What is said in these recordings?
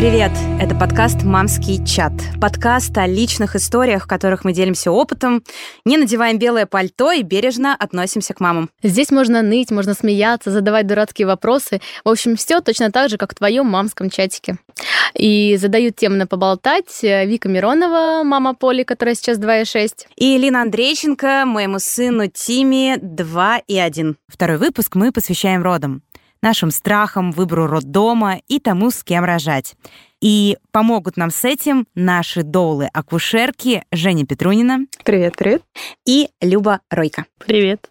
Привет! Это подкаст «Мамский чат». Подкаст о личных историях, в которых мы делимся опытом, не надеваем белое пальто и бережно относимся к мамам. Здесь можно ныть, можно смеяться, задавать дурацкие вопросы. В общем, все точно так же, как в твоем мамском чатике. И задают темы на поболтать Вика Миронова, мама Поли, которая сейчас 2,6. И Лина Андрейченко, моему сыну Тиме 2,1. Второй выпуск мы посвящаем родам. Нашим страхам, выбору роддома и тому, с кем рожать. И помогут нам с этим наши доулы-акушерки Женя Петрунина. Привет, привет. И Люба Ройко. Привет.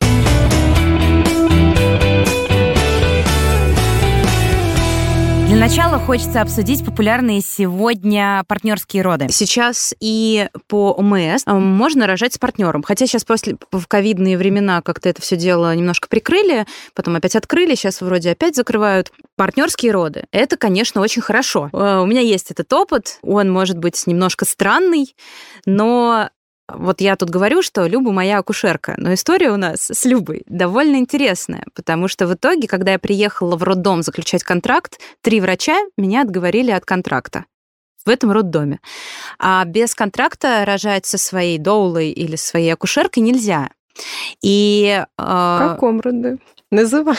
Для начала хочется обсудить популярные сегодня партнерские роды. Сейчас и по ОМС можно рожать с партнером. Хотя сейчас в ковидные времена как-то это все дело немножко прикрыли, потом опять открыли, сейчас вроде опять закрывают. Партнерские роды. Это, конечно, очень хорошо. У меня есть этот опыт, он может быть немножко странный, но... Вот я тут говорю, что Люба моя акушерка, но история у нас с Любой довольно интересная, потому что в итоге, когда я приехала в роддом заключать контракт, 3 врача меня отговорили от контракта в этом роддоме. А без контракта рожать со своей доулой или своей акушеркой нельзя. И... В каком роддоме? Называй.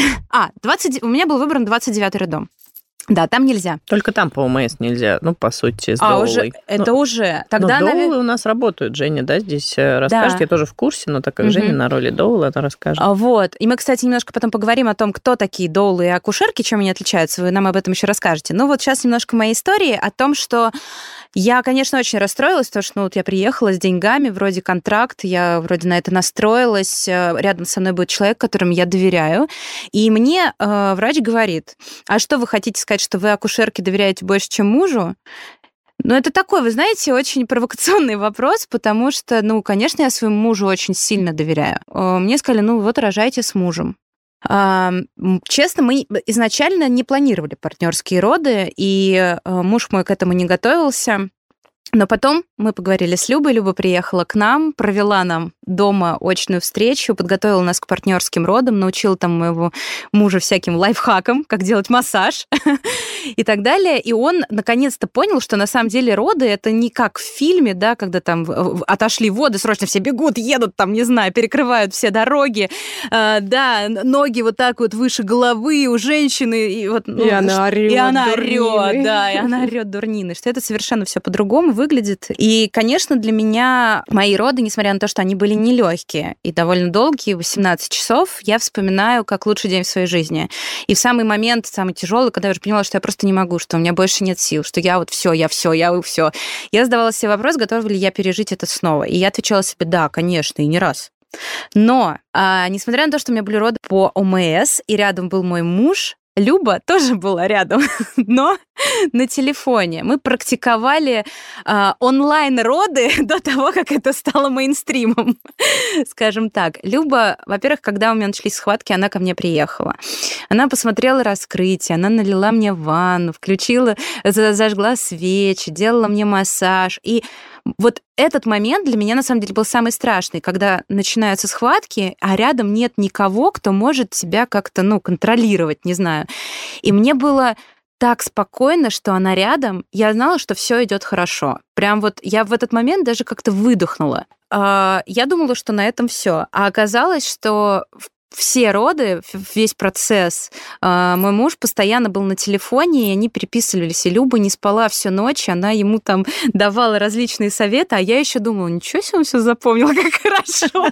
У меня был выбран 29-й роддом. Да, там нельзя. Только там по ОМС нельзя, по сути, с доулой. Уже. Тогда, доулы у нас работают, Женя, да, здесь расскажет. Да. Я тоже в курсе, но так как Женя на роли доулы, она расскажет. Вот. И мы, кстати, немножко потом поговорим о том, кто такие доулы и акушерки, чем они отличаются. Вы нам об этом еще расскажете. Ну вот сейчас немножко моей истории о том, что я, конечно, очень расстроилась, потому что я приехала с деньгами, вроде контракт, я вроде на это настроилась, рядом со мной будет человек, которому я доверяю, и мне врач говорит: а что вы хотите сказать, что вы акушерке доверяете больше, чем мужу? Но это такой, вы знаете, очень провокационный вопрос, потому что, конечно, я своему мужу очень сильно доверяю. Мне сказали, вот рожайте с мужем. Честно, мы изначально не планировали партнерские роды, и муж мой к этому не готовился. Но потом мы поговорили с Любой, Люба приехала к нам, провела нам дома очную встречу, подготовила нас к партнерским родам, научила там моего мужа всяким лайфхакам, как делать массаж и так далее. И он наконец-то понял, что на самом деле роды — это не как в фильме, да, когда там отошли воды, срочно все бегут, едут там, не знаю, перекрывают все дороги, да, ноги вот так вот выше головы у женщины. И она орёт. И она орёт, да, и она орёт дурнины, что это совершенно все по-другому выглядит. И, конечно, для меня мои роды, несмотря на то, что они были нелегкие и довольно долгие, 18 часов, я вспоминаю как лучший день в своей жизни. И в самый момент, самый тяжелый, когда я уже поняла, что я просто не могу, что у меня больше нет сил, что я все. Я задавала себе вопрос, готова ли я пережить это снова. И я отвечала себе: да, конечно, и не раз. Но, несмотря на то, что у меня были роды по ОМС, и рядом был мой муж, Люба тоже была рядом, но на телефоне. Мы практиковали онлайн-роды до того, как это стало мейнстримом, скажем так. Люба, во-первых, когда у меня начались схватки, она ко мне приехала. Она посмотрела раскрытие, она налила мне ванну, зажгла свечи, делала мне массаж. И вот этот момент для меня, на самом деле, был самый страшный, когда начинаются схватки, а рядом нет никого, кто может тебя как-то, контролировать, не знаю. И мне было так спокойно, что она рядом. Я знала, что все идет хорошо. Прям я в этот момент даже как-то выдохнула. Я думала, что на этом все. А оказалось, что все роды, весь процесс, мой муж постоянно был на телефоне, и они переписывались, и Люба не спала всю ночь, она ему там давала различные советы, а я еще думала, ничего себе, он все запомнил, как хорошо.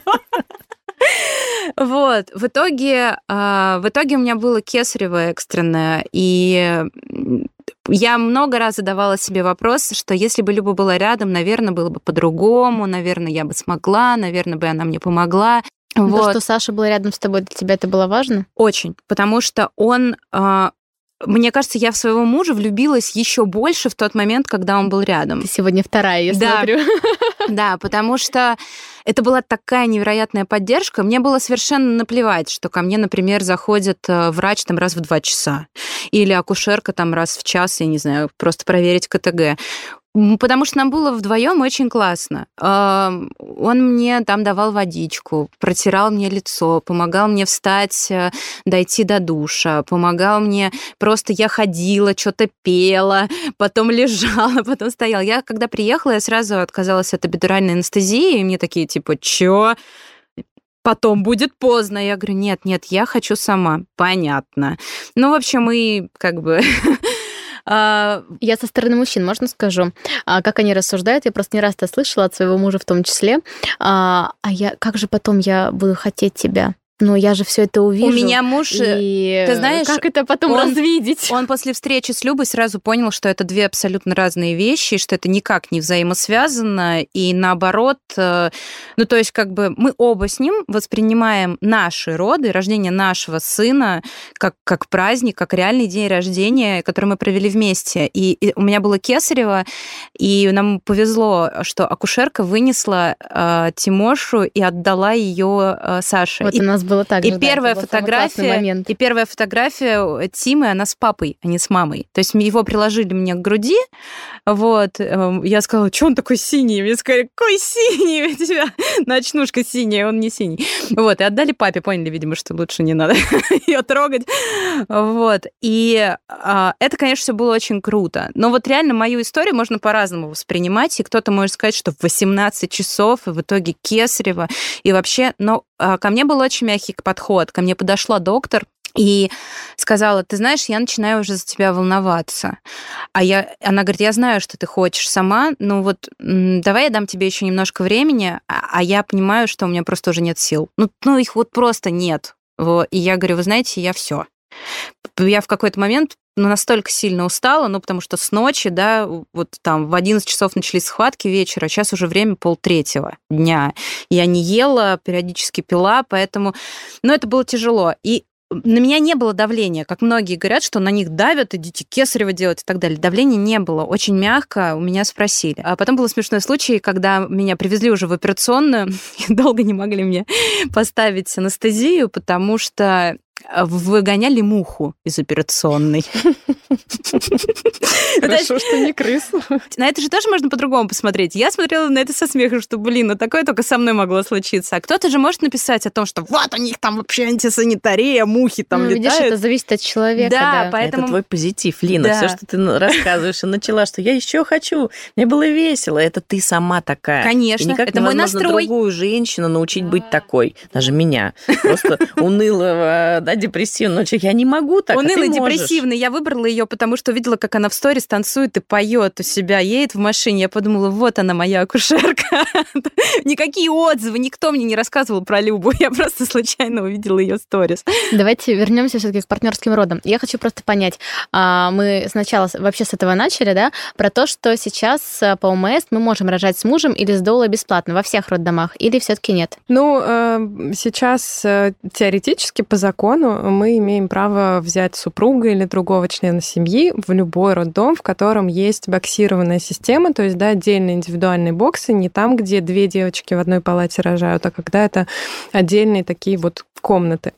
Вот, в итоге у меня было кесарево экстренное, и я много раз задавала себе вопрос, что если бы Люба была рядом, наверное, было бы по-другому, наверное, я бы смогла, наверное, бы она мне помогла. То, что Саша был рядом с тобой, для тебя это было важно? Очень, потому что он... Мне кажется, я в своего мужа влюбилась еще больше в тот момент, когда он был рядом. Ты сегодня вторая, я смотрю. Да, потому что это была такая невероятная поддержка. Мне было совершенно наплевать, что ко мне, например, заходит врач там раз в 2 часа или акушерка там раз в час, я не знаю, просто проверить КТГ. Потому что нам было вдвоем очень классно. Он мне там давал водичку, протирал мне лицо, помогал мне встать, дойти до душа, помогал мне... Просто я ходила, что-то пела, потом лежала, потом стояла. Я, когда приехала, я сразу отказалась от эпидуральной анестезии, и мне такие, типа, чё? Потом будет поздно. Я говорю, нет, я хочу сама. Понятно. Ну, в общем, и как бы... Я со стороны мужчин, можно скажу, как они рассуждают? Я просто не раз это слышала от своего мужа в том числе. Как же потом я буду хотеть тебя? Но я же все это увижу. У меня муж, и ты знаешь, как это потом развидеть? Он после встречи с Любой сразу понял, что это две абсолютно разные вещи, что это никак не взаимосвязано, и наоборот, ну то есть как бы мы оба с ним воспринимаем наши роды, рождение нашего сына как праздник, как реальный день рождения, который мы провели вместе. И у меня было кесарево, и нам повезло, что акушерка вынесла Тимошу и отдала ее Саше. Вот у нас было так же, и первая фотография Тимы, она с папой, а не с мамой. То есть его приложили мне к груди, вот. Я сказала, что он такой синий? Мне сказали, какой синий? У тебя ночнушка синяя, он не синий. Вот, и отдали папе, поняли, видимо, что лучше не надо ее трогать. Вот. И это, конечно, все было очень круто. Но вот реально мою историю можно по-разному воспринимать, и кто-то может сказать, что в 18 часов, и в итоге кесарево, и вообще... Но ко мне был очень мягкий подход. Ко мне подошла доктор и сказала, ты знаешь, я начинаю уже за тебя волноваться. Она говорит, я знаю, что ты хочешь сама, ну вот давай я дам тебе еще немножко времени, а я понимаю, что у меня просто уже нет сил. Ну их вот просто нет. И я говорю, вы знаете, я все. Я в какой-то момент настолько сильно устала, потому что с ночи, да, вот там в 11 часов начались схватки вечера, сейчас уже время 2:30 дня. Я не ела, периодически пила, поэтому... Но это было тяжело. И на меня не было давления, как многие говорят, что на них давят, идите кесарево делать и так далее. Давления не было. Очень мягко у меня спросили. А потом был смешной случай, когда меня привезли уже в операционную, и долго не могли мне поставить анестезию, потому что выгоняли муху из операционной. Хорошо, что не крысу. На это же тоже можно по-другому посмотреть. Я смотрела на это со смехом, что, такое только со мной могло случиться. А кто-то же может написать о том, что вот у них там вообще антисанитария, мухи там летают. Видишь, это зависит от человека. Да, поэтому... Это твой позитив, Лина. Да. Все, что ты рассказываешь и начала, что я еще хочу, мне было весело. Это ты сама такая. Конечно, и никак это мой настрой. Другую женщину научить быть такой. Даже меня. Просто унылого, депрессивного человека. Я не могу так, унылый, депрессивный. Я выбрала ее, потому что увидела, как она в сторис танцует и поет у себя, едет в машине. Я подумала, вот она, моя акушерка. Никакие отзывы, никто мне не рассказывал про Любу. Я просто случайно увидела ее сторис. Давайте вернемся все-таки к партнерским родам. Я хочу просто понять, мы сначала вообще с этого начали, да, про то, что сейчас по ОМС мы можем рожать с мужем или с доулой бесплатно во всех роддомах, или все-таки нет? Ну, сейчас теоретически по закону мы имеем право взять супруга или другого члена семьи в любой роддом, в котором есть боксированная система, то есть, да, отдельные индивидуальные боксы, не там, где две девочки в одной палате рожают, а когда это отдельные такие вот комнаты.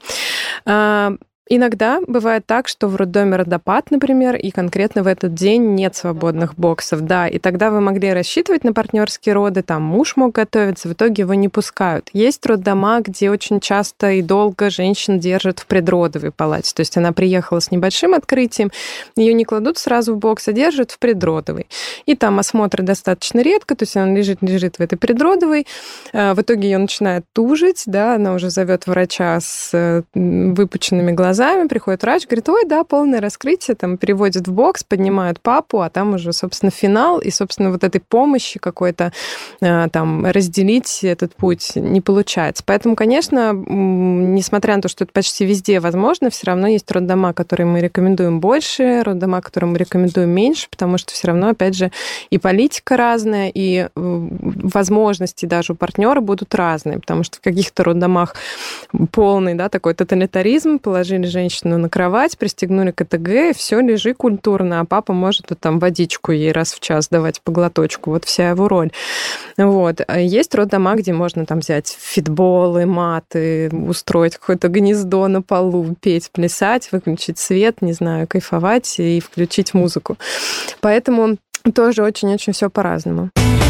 Иногда бывает так, что в роддоме родопад, например, и конкретно в этот день нет свободных боксов, да, и тогда вы могли рассчитывать на партнерские роды, там муж мог готовиться, в итоге его не пускают. Есть роддома, где очень часто и долго женщин держат в предродовой палате, то есть она приехала с небольшим открытием, ее не кладут сразу в бокс, а держат в предродовой. И там осмотры достаточно редко, то есть она лежит в этой предродовой, в итоге ее начинает тужить, да, она уже зовет врача с выпученными глазами, приходит врач, говорит, ой, да, полное раскрытие, там переводят в бокс, поднимают папу, а там уже, собственно, финал, и, собственно, вот этой помощи какой-то там разделить этот путь не получается. Поэтому, конечно, несмотря на то, что это почти везде возможно, все равно есть роддома, которые мы рекомендуем больше, роддома, которые мы рекомендуем меньше, потому что все равно, опять же, и политика разная, и возможности даже у партнера будут разные, потому что в каких-то роддомах полный, да, такой тоталитаризм, положили женщину на кровать, пристегнули КТГ, и все, лежи культурно, а папа может вот там водичку ей раз в час давать по глоточку, вот вся его роль. Вот. Есть роддома, где можно там взять фитболы, маты, устроить какое-то гнездо на полу, петь, плясать, выключить свет, не знаю, кайфовать и включить музыку. Поэтому тоже очень-очень все по-разному.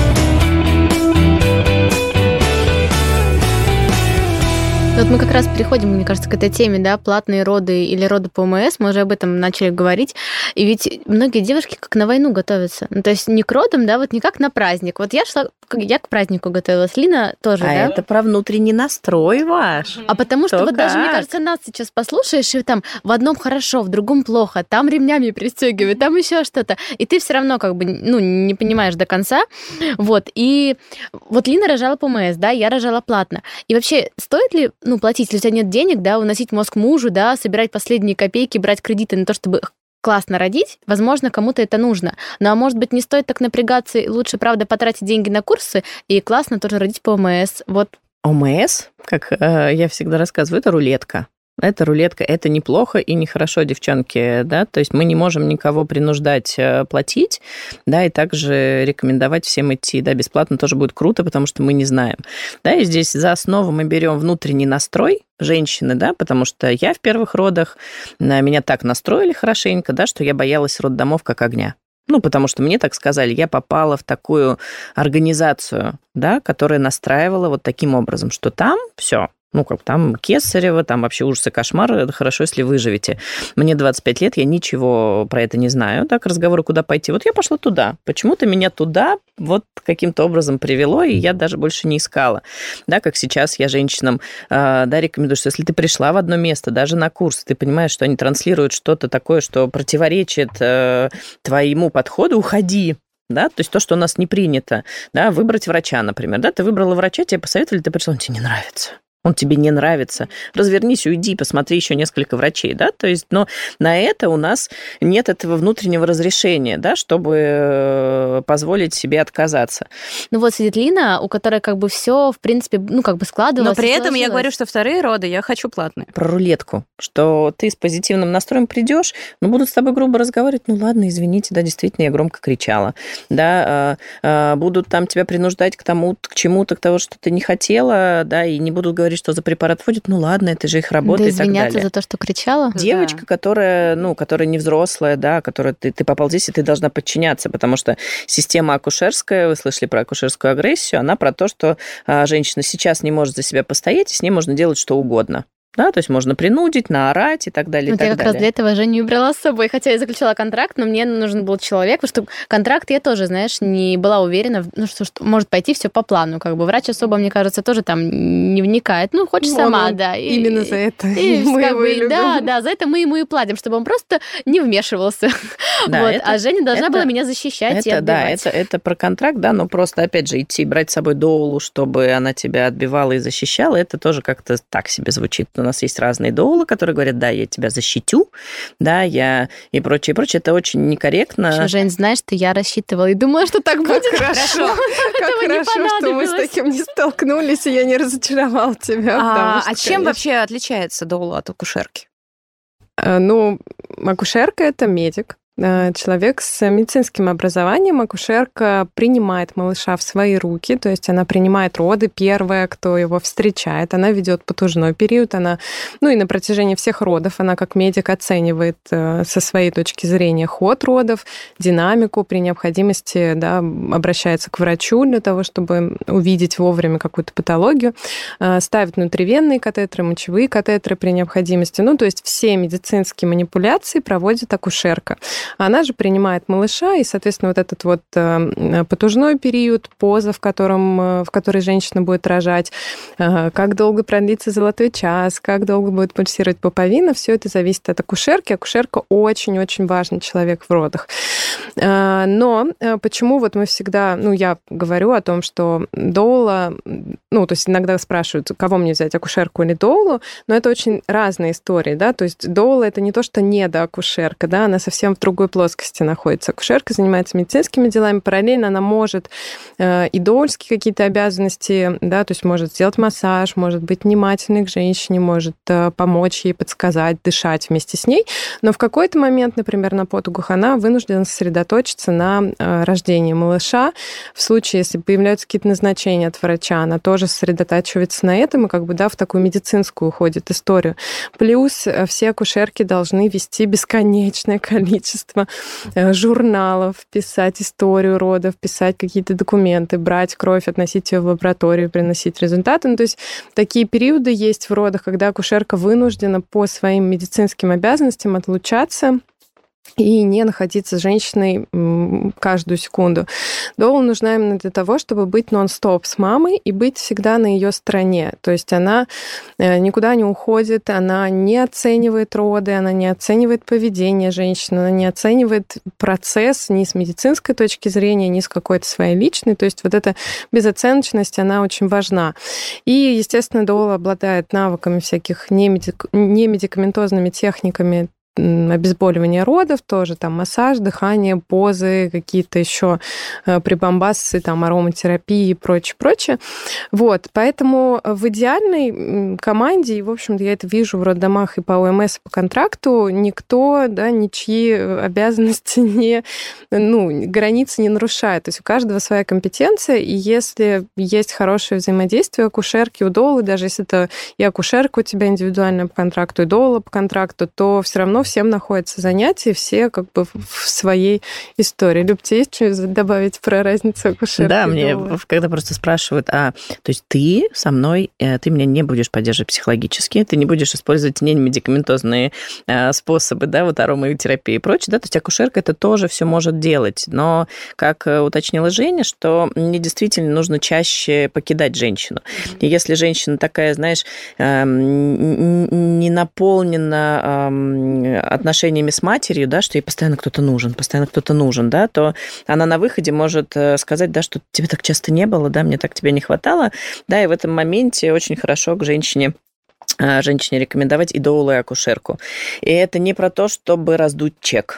Вот мы как раз переходим, мне кажется, к этой теме, да, платные роды или роды по ОМС, мы уже об этом начали говорить, и ведь многие девушки как на войну готовятся, ну, то есть не к родам, да, вот не как на праздник. Вот я к празднику готовилась, Лина тоже, а да? это про внутренний настрой ваш. А потому что То вот даже, мне как? кажется, нас сейчас послушаешь, и там в одном хорошо, в другом плохо, там ремнями пристегивают, там еще что-то, и ты все равно как бы, ну, не понимаешь до конца, вот, и вот Лина рожала по ОМС, да, я рожала платно, и вообще стоит ли, ну, платить, если у тебя нет денег, да, уносить мозг мужу, да, собирать последние копейки, брать кредиты на то, чтобы классно родить, возможно, кому-то это нужно. Ну, а может быть, не стоит так напрягаться, и лучше, правда, потратить деньги на курсы и классно тоже родить по ОМС. Вот. ОМС, как я всегда рассказываю, это рулетка. Это рулетка, это неплохо и нехорошо, девчонки, да, то есть мы не можем никого принуждать платить, да, и также рекомендовать всем идти, да, бесплатно тоже будет круто, потому что мы не знаем, да, и здесь за основу мы берем внутренний настрой женщины, да, потому что я в первых родах, меня так настроили хорошенько, да, что я боялась роддомов как огня. Ну, потому что мне так сказали, я попала в такую организацию, да, которая настраивала вот таким образом, что там все. Ну, как там кесарево, там вообще ужас и кошмар, это хорошо, если выживете. Мне 25 лет, я ничего про это не знаю, да, к разговору, куда пойти. Вот я пошла туда. Почему-то меня туда вот каким-то образом привело, и я даже больше не искала. Да, как сейчас я женщинам, да, рекомендую, что если ты пришла в одно место, даже на курс, ты понимаешь, что они транслируют что-то такое, что противоречит твоему подходу, уходи. Да, то есть то, что у нас не принято, да, выбрать врача, например, да, ты выбрала врача, тебе посоветовали, ты пришла, он тебе не нравится. Он тебе не нравится. Развернись, уйди, посмотри еще несколько врачей, да, то есть, но на это у нас нет этого внутреннего разрешения, да, чтобы позволить себе отказаться. Ну вот сидит Лина, у которой как бы все, в принципе, ну как бы складывалось. Но при этом я говорю, что вторые роды я хочу платные. Про рулетку, что ты с позитивным настроем придешь, но будут с тобой грубо разговаривать, ну ладно, извините, да, действительно, я громко кричала, да, будут там тебя принуждать к тому, к чему-то, к тому, что ты не хотела, да, и не будут говорить, что за препарат вводят, ну ладно, это же их работа, да, и так далее. извиняться за то, что кричала? Девочка, да, которая не взрослая, да, которая ты попал здесь, и ты должна подчиняться, потому что система акушерская, вы слышали про акушерскую агрессию, она про то, что женщина сейчас не может за себя постоять, и с ней можно делать что угодно. Да, то есть можно принудить, наорать и так далее. Вот я как раз для этого Женю и брала с собой. Хотя я заключала контракт, но мне нужен был человек, потому что контракт я тоже, знаешь, не была уверена, ну, что может пойти все по плану. Как бы врач особо, мне кажется, тоже там не вникает. Ну, хочешь сама, да. Именно за это и мы как его бы, и любим. Да, за это мы ему и платим, чтобы он просто не вмешивался. Да, вот. А Женя должна была меня защищать и отбивать. Да, это про контракт, да, но просто, опять же, идти, брать с собой доулу, чтобы она тебя отбивала и защищала, это тоже как-то так себе звучит. У нас есть разные доулы, которые говорят, да, я тебя защитю, да, я и прочее, прочее. Это очень некорректно. Вообще, Жень, знаешь, что я рассчитывала и думала, что так будет. Хорошо, как хорошо, что мы с таким не столкнулись, и я не разочаровала тебя. А чем вообще отличается доула от акушерки? Ну, акушерка – это медик. Человек с медицинским образованием, акушерка принимает малыша в свои руки, то есть она принимает роды, первая, кто его встречает, она ведет потужной период, она, ну и на протяжении всех родов она как медик оценивает со своей точки зрения ход родов, динамику, при необходимости, да, обращается к врачу для того, чтобы увидеть вовремя какую-то патологию, ставит внутривенные катетеры, мочевые катетеры при необходимости, ну то есть все медицинские манипуляции проводит акушерка. Она же принимает малыша, и, соответственно, вот этот вот потужной период, поза, в которой женщина будет рожать, как долго продлится золотой час, как долго будет пульсировать пуповина, все это зависит от акушерки. Акушерка очень-очень важный человек в родах. Но почему вот мы всегда, ну, я говорю о том, что доула, ну, то есть иногда спрашивают, кого мне взять, акушерку или доулу, но это очень разные истории, да, то есть доула – это не то, что недоакушерка, да, она совсем в другой плоскости находится. Акушерка занимается медицинскими делами, параллельно она может и доульские какие-то обязанности, да, то есть может сделать массаж, может быть внимательной к женщине, может помочь ей, подсказать, дышать вместе с ней, но в какой-то момент, например, на потугах она вынуждена сосредоточиться на рождении малыша. В случае, если появляются какие-то назначения от врача, она тоже сосредотачивается на этом и как бы, да, в такую медицинскую уходит историю. Плюс все акушерки должны вести бесконечное количество количество журналов, писать историю родов, писать какие-то документы, брать кровь, относить ее в лабораторию, приносить результаты. Ну, то есть такие периоды есть в родах, когда акушерка вынуждена по своим медицинским обязанностям отлучаться и не находиться с женщиной каждую секунду. Доула нужна именно для того, чтобы быть нон-стоп с мамой и быть всегда на ее стороне. То есть она никуда не уходит, она не оценивает роды, она не оценивает поведение женщины, она не оценивает процесс ни с медицинской точки зрения, ни с какой-то своей личной. То есть вот эта безоценочность, она очень важна. И, естественно, доула обладает навыками всяких немедикаментозными техниками, обезболивание родов, тоже там массаж, дыхание, позы, какие-то еще прибамбасы, там ароматерапии и прочее. Вот, поэтому в идеальной команде, и, в общем-то, я это вижу в роддомах и по ОМС, и по контракту, никто, да, ничьи обязанности границы не нарушает. То есть у каждого своя компетенция, и если есть хорошее взаимодействие акушерки, у доулы, даже если это и акушерка у тебя индивидуальная по контракту, и доула по контракту, то все равно всем находятся занятия, все как бы в своей истории. Люб, тебе есть что добавить про разницу акушерки? Да, мне когда просто спрашивают, то есть ты со мной, ты меня не будешь поддерживать психологически, ты не будешь использовать немедикаментозные способы, да, вот ароматерапии и прочее, да, то есть акушерка это тоже все может делать, но, как уточнила Женя, что мне действительно нужно чаще покидать женщину. И если женщина такая, знаешь, не наполнена отношениями с матерью, да, что ей постоянно кто-то нужен, да, то она на выходе может сказать, да, что тебе так часто не было, да, мне так тебя не хватало, да, и в этом моменте очень хорошо к женщине рекомендовать и доулу, и акушерку. И это не про то, чтобы раздуть чек.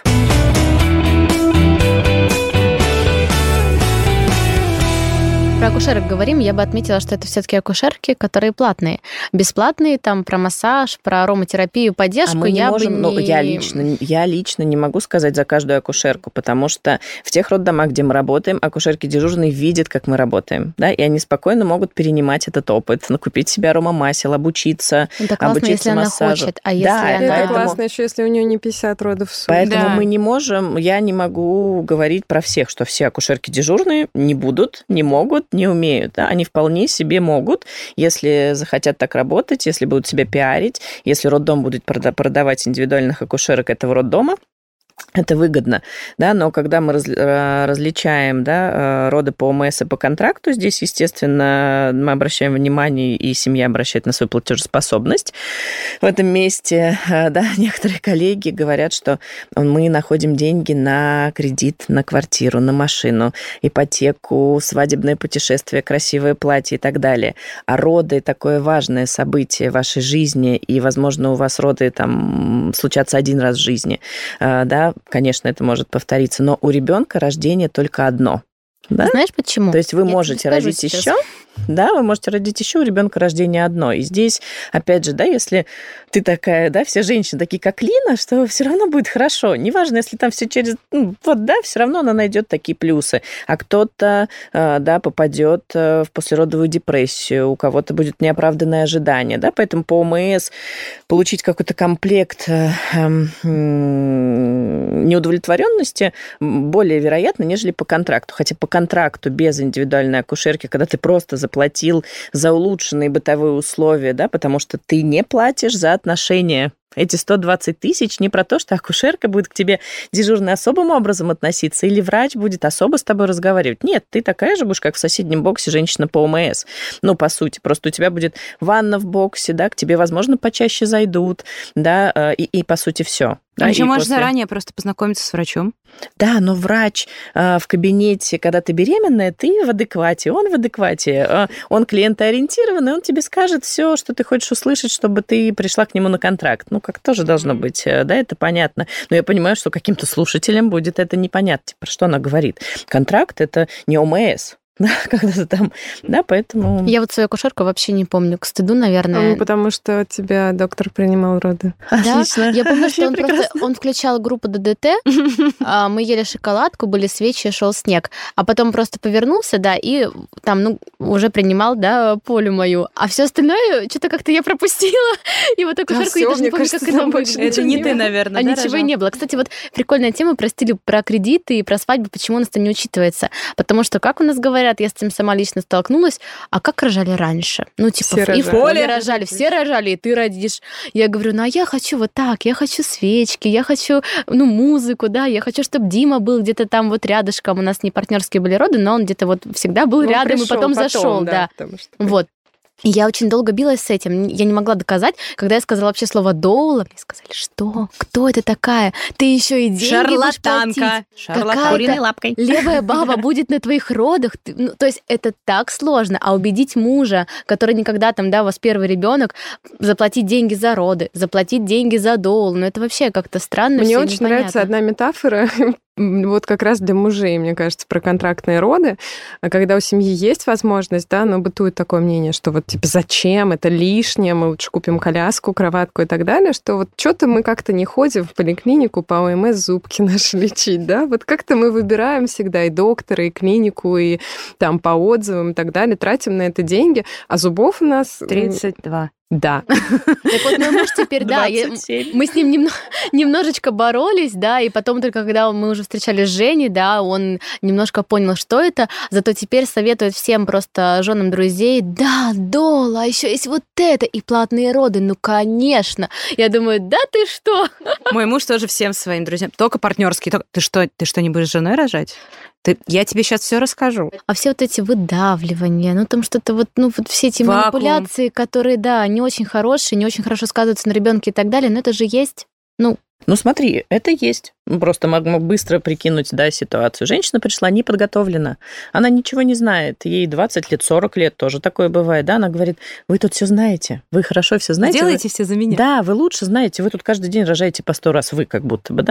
Про акушерок говорим, я бы отметила, что это все-таки акушерки, которые платные. Бесплатные, там, про массаж, про ароматерапию, поддержку я лично не могу сказать за каждую акушерку, потому что в тех роддомах, где мы работаем, акушерки дежурные видят, как мы работаем, да, и они спокойно могут перенимать этот опыт, накупить себе аромамасел, обучиться если массажу. Она хочет, а если это классно еще, если у нее не 50 родов в сутки. Поэтому мы не можем, я не могу говорить про всех, что все акушерки дежурные не будут, не могут, не умеют. Да? Они вполне себе могут, если захотят так работать, если будут себя пиарить, если роддом будет продавать индивидуальных акушерок этого роддома, это выгодно, да, но когда мы различаем, да, роды по ОМС и по контракту, здесь, естественно, мы обращаем внимание, и семья обращает на свою платежеспособность. В этом месте, да, некоторые коллеги говорят, что мы находим деньги на кредит, на квартиру, на машину, ипотеку, свадебное путешествие, красивое платье и так далее. А роды – такое важное событие в вашей жизни, и, возможно, у вас роды там случатся один раз в жизни, да, конечно, это может повториться, но у ребенка рождение только одно. Да? Знаешь почему? То есть вы можете родить еще, да, вы можете родить еще, у ребенка рождение одно. И здесь, опять же, да, если ты такая, да, все женщины такие, как Лина, что все равно будет хорошо. Неважно, если там все через, все равно она найдет такие плюсы. А кто-то, да, попадет в послеродовую депрессию, у кого-то будет неоправданное ожидание, да, поэтому по ОМС получить какой-то комплект неудовлетворенности более вероятно, нежели по контракту. Хотя по контракту без индивидуальной акушерки, когда ты просто заплатил за улучшенные бытовые условия, да, потому что ты не платишь за отношения. Эти 120 тысяч не про то, что акушерка будет к тебе дежурно особым образом относиться, или врач будет особо с тобой разговаривать. Нет, ты такая же будешь, как в соседнем боксе женщина по ОМС. Ну, по сути, просто у тебя будет ванна в боксе, да, к тебе, возможно, почаще зайдут, да, и по сути, все. Да, еще можешь заранее просто познакомиться с врачом. Да, но врач в кабинете, когда ты беременная, ты в адеквате, он в адеквате, он клиентоориентированный, он тебе скажет все, что ты хочешь услышать, чтобы ты пришла к нему на контракт. Ну, как тоже должно быть, да, это понятно. Но я понимаю, что каким-то слушателям будет это непонятно, про что она говорит. Контракт – это не ОМС. да, когда-то там, да, поэтому... Я вот свою акушерку вообще не помню, к стыду, наверное. Потому что тебя доктор принимал роды. Да, Отлично. я помню, что Вообще он включал группу ДДТ, мы ели шоколадку, были свечи, шел снег, а потом просто повернулся, да, и там, уже принимал, да, Полю мою, а все остальное что-то как-то я пропустила, и вот акушерку я даже не помню, как это выглядит. Это не ты, наверное, да, Ничего и не было. Кстати, вот прикольная тема про стиль, про кредиты и про свадьбу, почему у нас это не учитывается. Потому что, как у нас говорят, я с этим сама лично столкнулась, а как рожали раньше? Ну, типа, Все и в поле рожали, все рожали, и ты родишь. Я говорю, а я хочу вот так, я хочу свечки, я хочу, музыку, да, я хочу, чтобы Дима был где-то там вот рядышком. У нас не партнерские были роды, но он где-то вот всегда был рядом, и потом зашел, да. Вот. И я очень долго билась с этим. Я не могла доказать. Когда я сказала вообще слово «доула», мне сказали, что? Кто это такая? Ты еще и деньги будешь платить. Шарлатанка. Куриной лапкой. Левая баба будет на твоих родах. То есть это так сложно. А убедить мужа, который никогда там, да, у вас первый ребенок, заплатить деньги за роды, заплатить деньги за доул. Это вообще как-то странно. Мне очень нравится одна метафора, вот как раз для мужей, мне кажется, про контрактные роды. Когда у семьи есть возможность, да, но бытует такое мнение, что вот типа зачем, это лишнее, мы лучше купим коляску, кроватку и так далее, что вот что-то мы как-то не ходим в поликлинику по ОМС зубки наши лечить, да, вот как-то мы выбираем всегда и доктора, и клинику, и там по отзывам и так далее, тратим на это деньги, а зубов у нас... 32. Да. Так вот, мой муж теперь, да, мы с ним немножечко боролись, да, и потом только когда мы уже встречались с Женей, да, он немножко понял, что это, зато теперь советует всем просто женам друзей, да, дола, а еще есть вот это, и платные роды, конечно. Я думаю, да ты что? Мой муж тоже всем своим друзьям, только партнерские. Ты что, не будешь с женой рожать? Я тебе сейчас все расскажу. А все вот эти выдавливания, там что-то вот все эти манипуляции, которые, да, не очень хорошие, не очень хорошо сказываются на ребенке и так далее, но это же есть, смотри, это есть. Просто могу быстро прикинуть, да, ситуацию. Женщина пришла неподготовлена. Она ничего не знает. Ей 20 лет, 40 лет тоже такое бывает. Да? Она говорит, вы тут все знаете. Вы хорошо все знаете. Делаете все за меня. Да, вы лучше знаете. Вы тут каждый день рожаете по 100 раз. Вы как будто бы,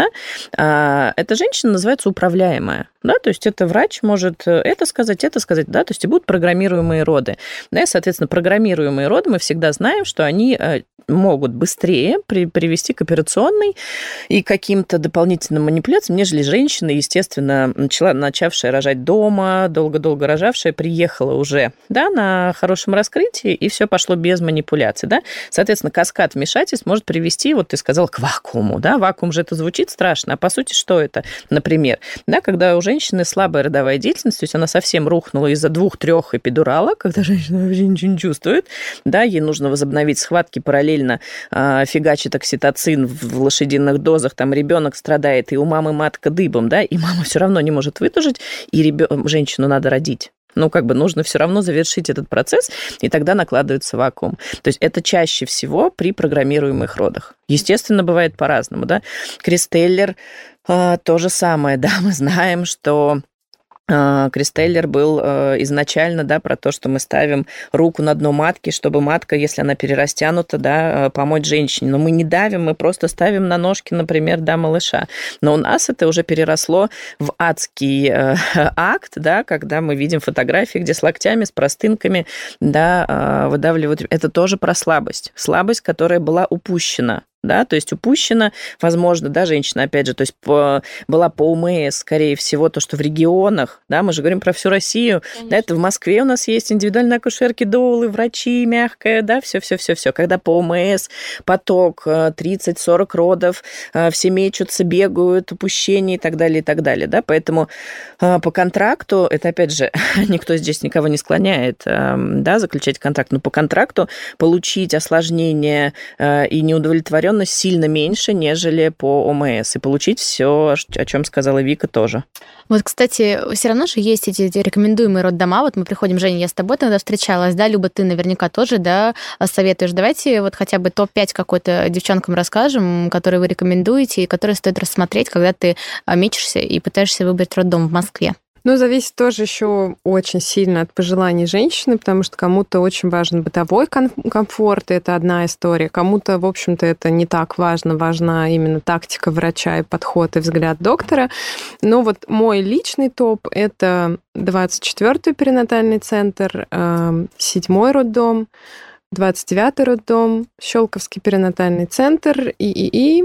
да? Эта женщина называется управляемая. Да? То есть это врач может это сказать, да? То есть и будут программируемые роды. Да? И, соответственно, программируемые роды мы всегда знаем, что они могут быстрее привести к операционной и каким-то дополнительным манипуляциям, нежели женщина, естественно, начавшая рожать дома, долго-долго рожавшая, приехала уже, да, на хорошем раскрытии, и все пошло без манипуляций, да. Соответственно, каскад вмешательств может привести, вот ты сказал, к вакууму, да. Вакуум же это звучит страшно, а по сути что это? Например, да, когда у женщины слабая родовая деятельность, то есть она совсем рухнула из-за 2-3 эпидуралок, когда женщина вообще ничего не чувствует, да, ей нужно возобновить схватки, параллельно фигачит окситоцин в лошадиных дозах, там ребенок страдает, и у мамы матка дыбом, да, и мама все равно не может выдержать, и женщину надо родить. Нужно все равно завершить этот процесс, и тогда накладывается вакуум. То есть это чаще всего при программируемых родах. Естественно, бывает по-разному, да. Кристеллер то же самое, да, мы знаем, что Кристеллер был изначально, да, про то, что мы ставим руку на дно матки, чтобы матка, если она перерастянута, да, помочь женщине. Но мы не давим, мы просто ставим на ножки, например, да, малыша. Но у нас это уже переросло в адский акт, да, когда мы видим фотографии, где с локтями, с простынками, да, выдавливают. Это тоже про слабость. Слабость, которая была упущена. Да, то есть упущена, возможно, да, женщина, опять же, то есть была по ОМС, скорее всего, то, что в регионах, да, мы же говорим про всю Россию, да, это в Москве у нас есть индивидуальные акушерки, доулы, врачи, мягкое, да, все, когда по ОМС поток 30-40 родов, все мечутся, бегают, упущения и так далее, да, поэтому по контракту, это, опять же, никто здесь никого не склоняет, да, заключать контракт, но по контракту получить осложнение и неудовлетворенность сильно меньше, нежели по ОМС. И получить все, о чем сказала Вика, тоже. Вот, кстати, все равно же есть эти рекомендуемые роддома. Вот мы приходим, Женя, я с тобой тогда встречалась, да, Люба, ты наверняка тоже, да, советуешь. Давайте вот хотя бы топ-5 какой-то девчонкам расскажем, которые вы рекомендуете и которые стоит рассмотреть, когда ты мечешься и пытаешься выбрать роддом в Москве. Ну, зависит тоже еще очень сильно от пожеланий женщины, потому что кому-то очень важен бытовой комфорт, и это одна история. Кому-то, в общем-то, это не так важно. Важна именно тактика врача и подход и взгляд доктора. Но вот мой личный топ – это 24-й перинатальный центр, 7-й роддом, 29-й роддом, Щелковский перинатальный центр, и,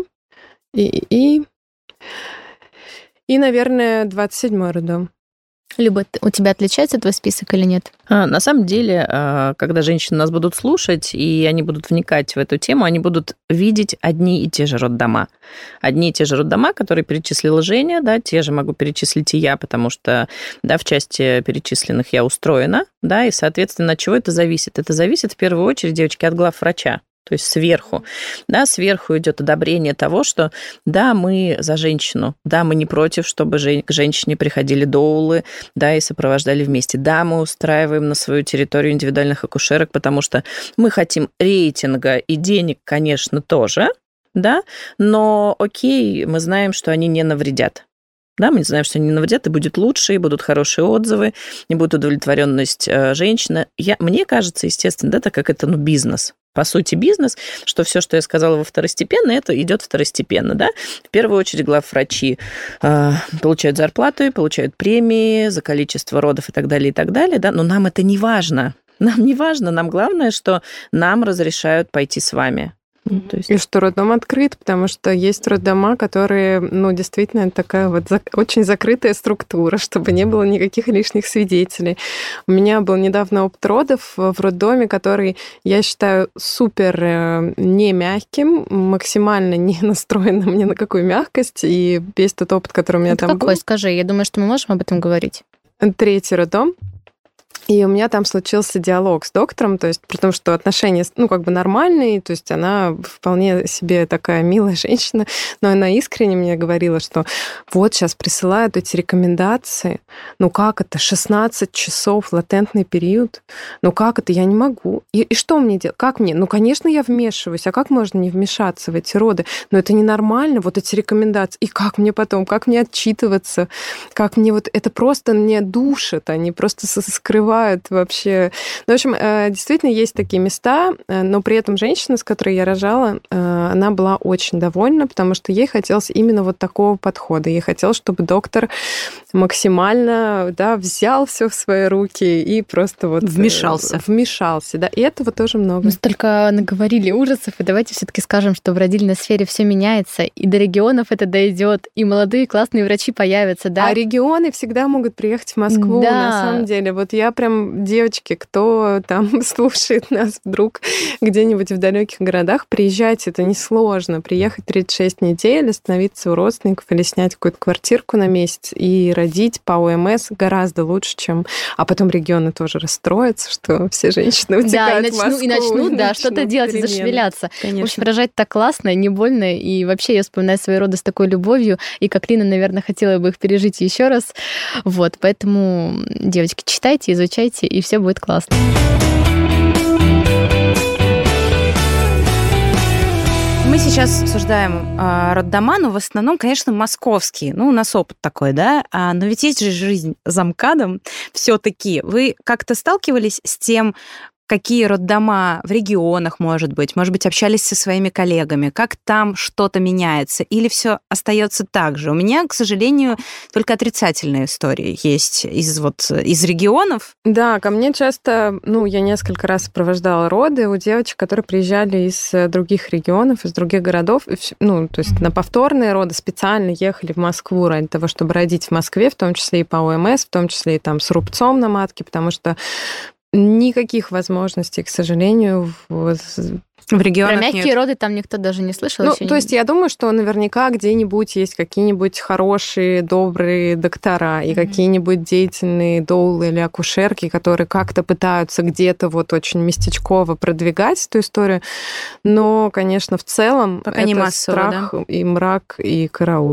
наверное, 27-й роддом. Люба, у тебя отличается твой список или нет? На самом деле, когда женщины нас будут слушать, и они будут вникать в эту тему, они будут видеть одни и те же роддома. Одни и те же роддома, которые перечислила Женя, да, те же могу перечислить и я, потому что, да, в части перечисленных я устроена, да, и, соответственно, от чего это зависит? Это зависит в первую очередь, девочки, от главврача. То есть сверху. Да, сверху идет одобрение того, что да, мы за женщину, да, мы не против, чтобы к женщине приходили доулы, да, и сопровождали вместе. Да, мы устраиваем на свою территорию индивидуальных акушерок, потому что мы хотим рейтинга и денег, конечно, тоже, да, но окей, мы знаем, что они не навредят. Да, мы знаем, что они не навредят, и будет лучше, и будут хорошие отзывы, и будет удовлетворенность женщины. Мне кажется, естественно, да, так как это бизнес. По сути, бизнес, что все, что я сказала во второстепенно, это идет второстепенно, да. В первую очередь главврачи получают зарплату, получают премии за количество родов и так далее, да, но нам это не важно. Нам не важно, нам главное, что нам разрешают пойти с вами. То есть... И что роддом открыт, потому что есть роддома, которые, действительно, такая вот очень закрытая структура, чтобы не было никаких лишних свидетелей. У меня был недавно опыт родов в роддоме, который, я считаю, супер не мягким, максимально не настроенным ни на какую мягкость, и весь тот опыт, который у меня это там какой? был... Скажи, я думаю, что мы можем об этом говорить. 3-й роддом. И у меня там случился диалог с доктором, то есть при том, что отношения, нормальные, то есть она вполне себе такая милая женщина, но она искренне мне говорила, что вот сейчас присылают эти рекомендации, как это, 16 часов латентный период, как это, я не могу. И что мне делать? Как мне? Конечно, я вмешиваюсь, а как можно не вмешаться в эти роды? Но это ненормально, вот эти рекомендации. И как мне потом, как мне отчитываться, как мне это просто мне душит, они просто скрывают вообще. В общем, действительно есть такие места, но при этом женщина, с которой я рожала, она была очень довольна, потому что ей хотелось именно вот такого подхода. Ей хотелось, чтобы доктор максимально, да, взял все в свои руки и просто вмешался, да. И этого тоже много. Мы столько наговорили ужасов, и давайте все-таки скажем, что в родильной сфере все меняется, и до регионов это дойдет, и молодые классные врачи появятся, да. А регионы всегда могут приехать в Москву, да. На самом деле. Вот я прям, девочки, кто там слушает нас вдруг где-нибудь в далеких городах, приезжайте, это несложно. Приехать 36 недель, остановиться у родственников или снять какую-то квартирку на месяц и родить по ОМС гораздо лучше, чем... А потом регионы тоже расстроятся, что все женщины утекают в Москву. И начнут, да, что-то делать и зашевеляться. Конечно. В общем, рожать так классно, не больно, и вообще я вспоминаю свои роды с такой любовью, и как Лина, наверное, хотела бы их пережить еще раз. Вот, поэтому, девочки, читайте, изучайте, и все будет классно. Мы сейчас обсуждаем роддома, но в основном, конечно, московские. У нас опыт такой, да? Но ведь есть же жизнь за МКАДом все-таки. Вы как-то сталкивались с тем, какие роддома в регионах, может быть, общались со своими коллегами, как там что-то меняется, или все остается так же? У меня, к сожалению, только отрицательные истории есть из регионов. Да, ко мне часто, я несколько раз сопровождала роды у девочек, которые приезжали из других регионов, из других городов, то есть на повторные роды специально ехали в Москву ради того, чтобы родить в Москве, в том числе и по ОМС, в том числе и там с рубцом на матке, потому что никаких возможностей, к сожалению, в регионах про мягкие нет. роды там никто даже не слышал. То есть я думаю, что наверняка где-нибудь есть какие-нибудь хорошие, добрые доктора и какие-нибудь деятельные доулы или акушерки, которые как-то пытаются где-то очень местечково продвигать эту историю. Но, конечно, в целом пока это не массово, страх, да? И мрак, и караул.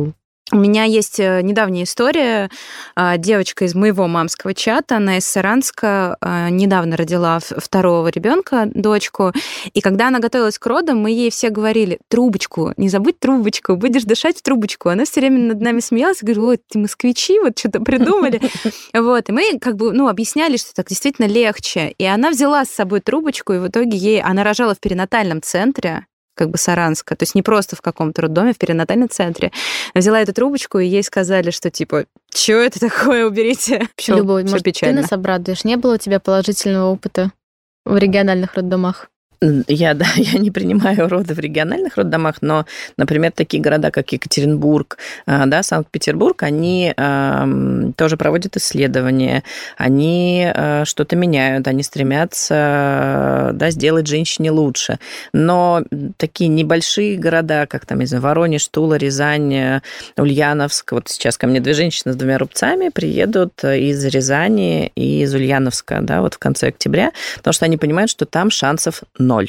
У меня есть недавняя история. Девочка из моего мамского чата, она из Саранска, недавно родила второго ребенка, дочку. И когда она готовилась к родам, мы ей все говорили: трубочку, не забудь трубочку, будешь дышать в трубочку. Она все время над нами смеялась и говорила: ой, ты москвичи, вот что-то придумали. Вот. И мы объясняли, что так действительно легче. И она взяла с собой трубочку, и в итоге она рожала в перинатальном центре, Саранска, то есть не просто в каком-то роддоме, в перинатальном центре. Взяла эту трубочку, и ей сказали, что что это такое, уберите. Любовь, может, печально. Ты нас обрадуешь? Не было у тебя положительного опыта в региональных роддомах? Я не принимаю роды в региональных роддомах, но, например, такие города, как Екатеринбург, Санкт-Петербург, они тоже проводят исследования, они что-то меняют, они стремятся сделать женщине лучше. Но такие небольшие города, как Воронеж, Тула, Рязань, Ульяновск, вот сейчас ко мне 2 женщины с 2 рубцами приедут из Рязани и из Ульяновска, в конце октября, потому что они понимают, что там шансов 0.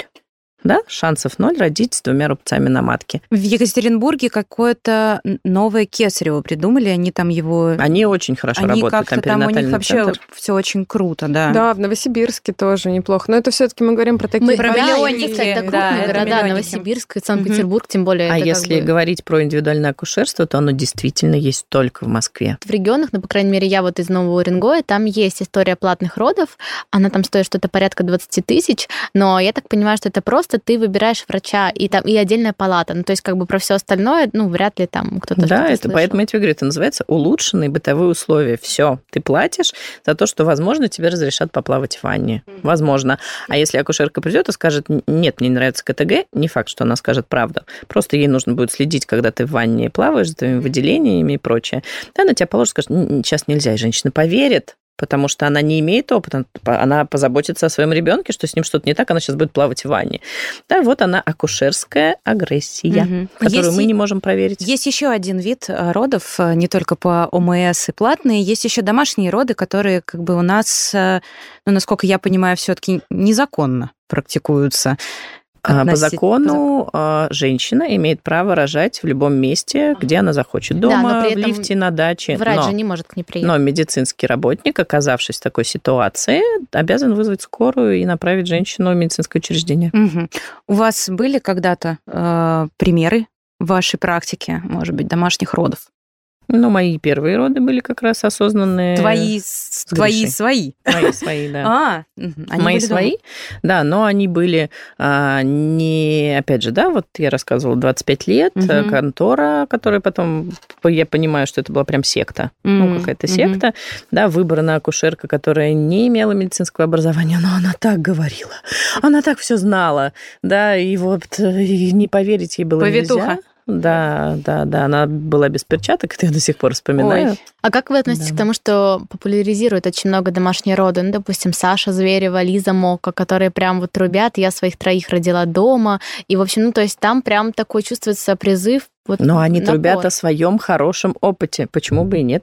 Шансов 0 родить с 2 рубцами на матке. В Екатеринбурге какое-то новое кесарево придумали, они там его... Они очень хорошо работают. Там у них вообще все очень круто, да. Да, в Новосибирске тоже неплохо. Но это все-таки мы говорим про такие... Про миллионники. Это крупные города, Новосибирск и Санкт-Петербург, тем более. А если говорить про индивидуальное акушерство, то оно действительно есть только в Москве. В регионах, по крайней мере, я из Нового Уренгоя, там есть история платных родов, она там стоит что-то порядка 20 тысяч, но я так понимаю, что это просто ты выбираешь врача и отдельная палата. То есть про все остальное, вряд ли там кто-то что-то это слышал. Поэтому я тебе говорю, это называется улучшенные бытовые условия. Все, ты платишь за то, что, возможно, тебе разрешат поплавать в ванне. Возможно. А если акушерка придет и скажет: нет, мне не нравится КТГ, не факт, что она скажет правду. Просто ей нужно будет следить, когда ты в ванне плаваешь, за твоими выделениями и прочее. Она тебя положит, скажет: сейчас нельзя. И женщина поверит, потому что она не имеет опыта, она позаботится о своем ребенке, что с ним что-то не так, она сейчас будет плавать в ванне. Она акушерская агрессия, которую мы не можем проверить. Есть еще один вид родов, не только по ОМС и платные, есть еще домашние роды, которые у нас, насколько я понимаю, все-таки незаконно практикуются. По закону женщина имеет право рожать в любом месте, где она захочет. Дома, в лифте, на даче. Врач же не может к ней приехать. Но медицинский работник, оказавшись в такой ситуации, обязан вызвать скорую и направить женщину в медицинское учреждение. Угу. У вас были когда-то примеры в вашей практике, может быть, домашних родов? Мои первые роды были как раз осознанные. Твои свои? Мои свои, да. Мои свои, да, но они были не... Опять же, я рассказывала, 25 лет, контора, которая потом... Я понимаю, что это была прям секта. Какая-то секта. Выбрана акушерка, которая не имела медицинского образования, но она так говорила. Она так все знала. И не поверить ей было повитуха. Нельзя. Да, она была без перчаток, это я до сих пор вспоминаю. Ой. А как вы относитесь к тому, что популяризируют очень много домашние роды? Допустим, Саша Зверева, Лиза Мока, которые прям трубят: я своих 3 родила дома. И, в общем, то есть там прям такой чувствуется призыв. Но они трубят о своем хорошем опыте. Почему бы и нет?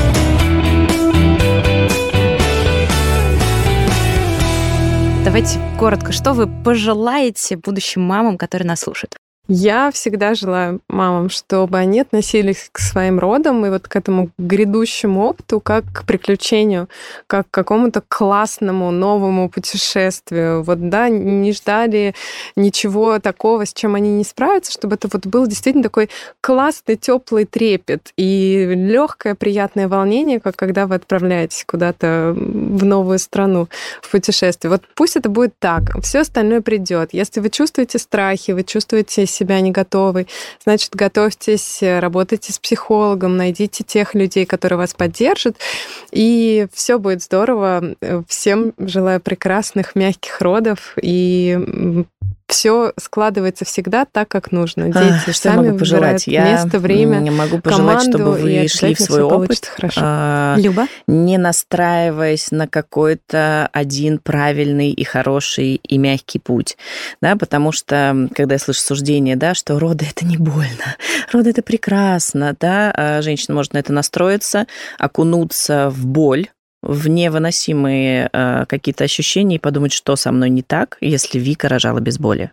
Давайте коротко, что вы пожелаете будущим мамам, которые нас слушают? Я всегда желаю мамам, чтобы они относились к своим родам и к этому грядущему опыту как к приключению, как к какому-то классному новому путешествию. Не ждали ничего такого, с чем они не справятся, чтобы это был действительно такой классный, теплый трепет и легкое, приятное волнение, как когда вы отправляетесь куда-то в новую страну в путешествие. Пусть это будет так, все остальное придет. Если вы чувствуете страхи, вы чувствуете себя не готовы, значит, готовьтесь, работайте с психологом, найдите тех людей, которые вас поддержат, и все будет здорово. Всем желаю прекрасных, мягких родов, и все складывается всегда так, как нужно. Дети что сами могу пожелать? Место, время, я могу пожелать, команду, чтобы вы шли в свой опыт, Люба? Не настраиваясь на какой-то один правильный и хороший и мягкий путь. Потому что, когда я слышу суждение, что роды – это не больно, роды – это прекрасно, женщина может на это настроиться, окунуться в боль, в невыносимые какие-то ощущения и подумать, что со мной не так, если Вика рожала без боли.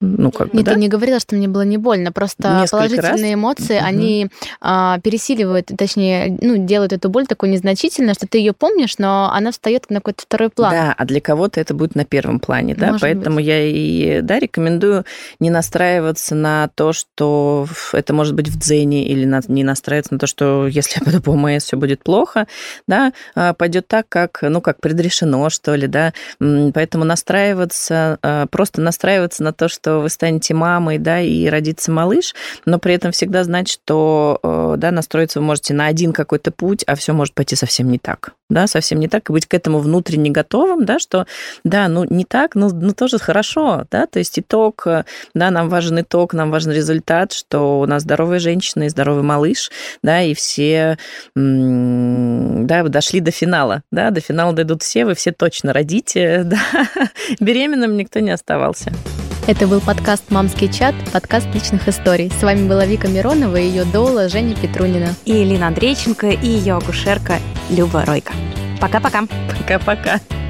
Нет, я не говорила, что мне было не больно, просто несколько положительные эмоции, они пересиливают, точнее, делают эту боль такой незначительной, что ты ее помнишь, но она встает на какой-то второй план. Да, а для кого-то это будет на первом плане, да, поэтому я и рекомендую не настраиваться на то, что это может быть в дзене, или не настраиваться на то, что если я пойду по ОМС, все будет плохо, да, пойдет так, как предрешено, что ли, да, поэтому просто настраиваться на то, что вы станете мамой, да, и родится малыш, но при этом всегда знать, что, да, настроиться вы можете на один какой-то путь, а все может пойти совсем не так, да, совсем не так, и быть к этому внутренне готовым, да, что, да, не так, но тоже хорошо, да, то есть итог, да, нам важен итог, нам важен результат, что у нас здоровая женщина и здоровый малыш, да, и все, да, дошли до финала, да, до финала дойдут все, вы все точно родите, да, беременным никто не оставался. Это был подкаст «Мамский чат», подкаст личных историй. С вами была Вика Миронова и ее доула Женя Петрунина. И Элина Андрейченко, и ее акушерка Люба Ройко. Пока-пока. Пока-пока.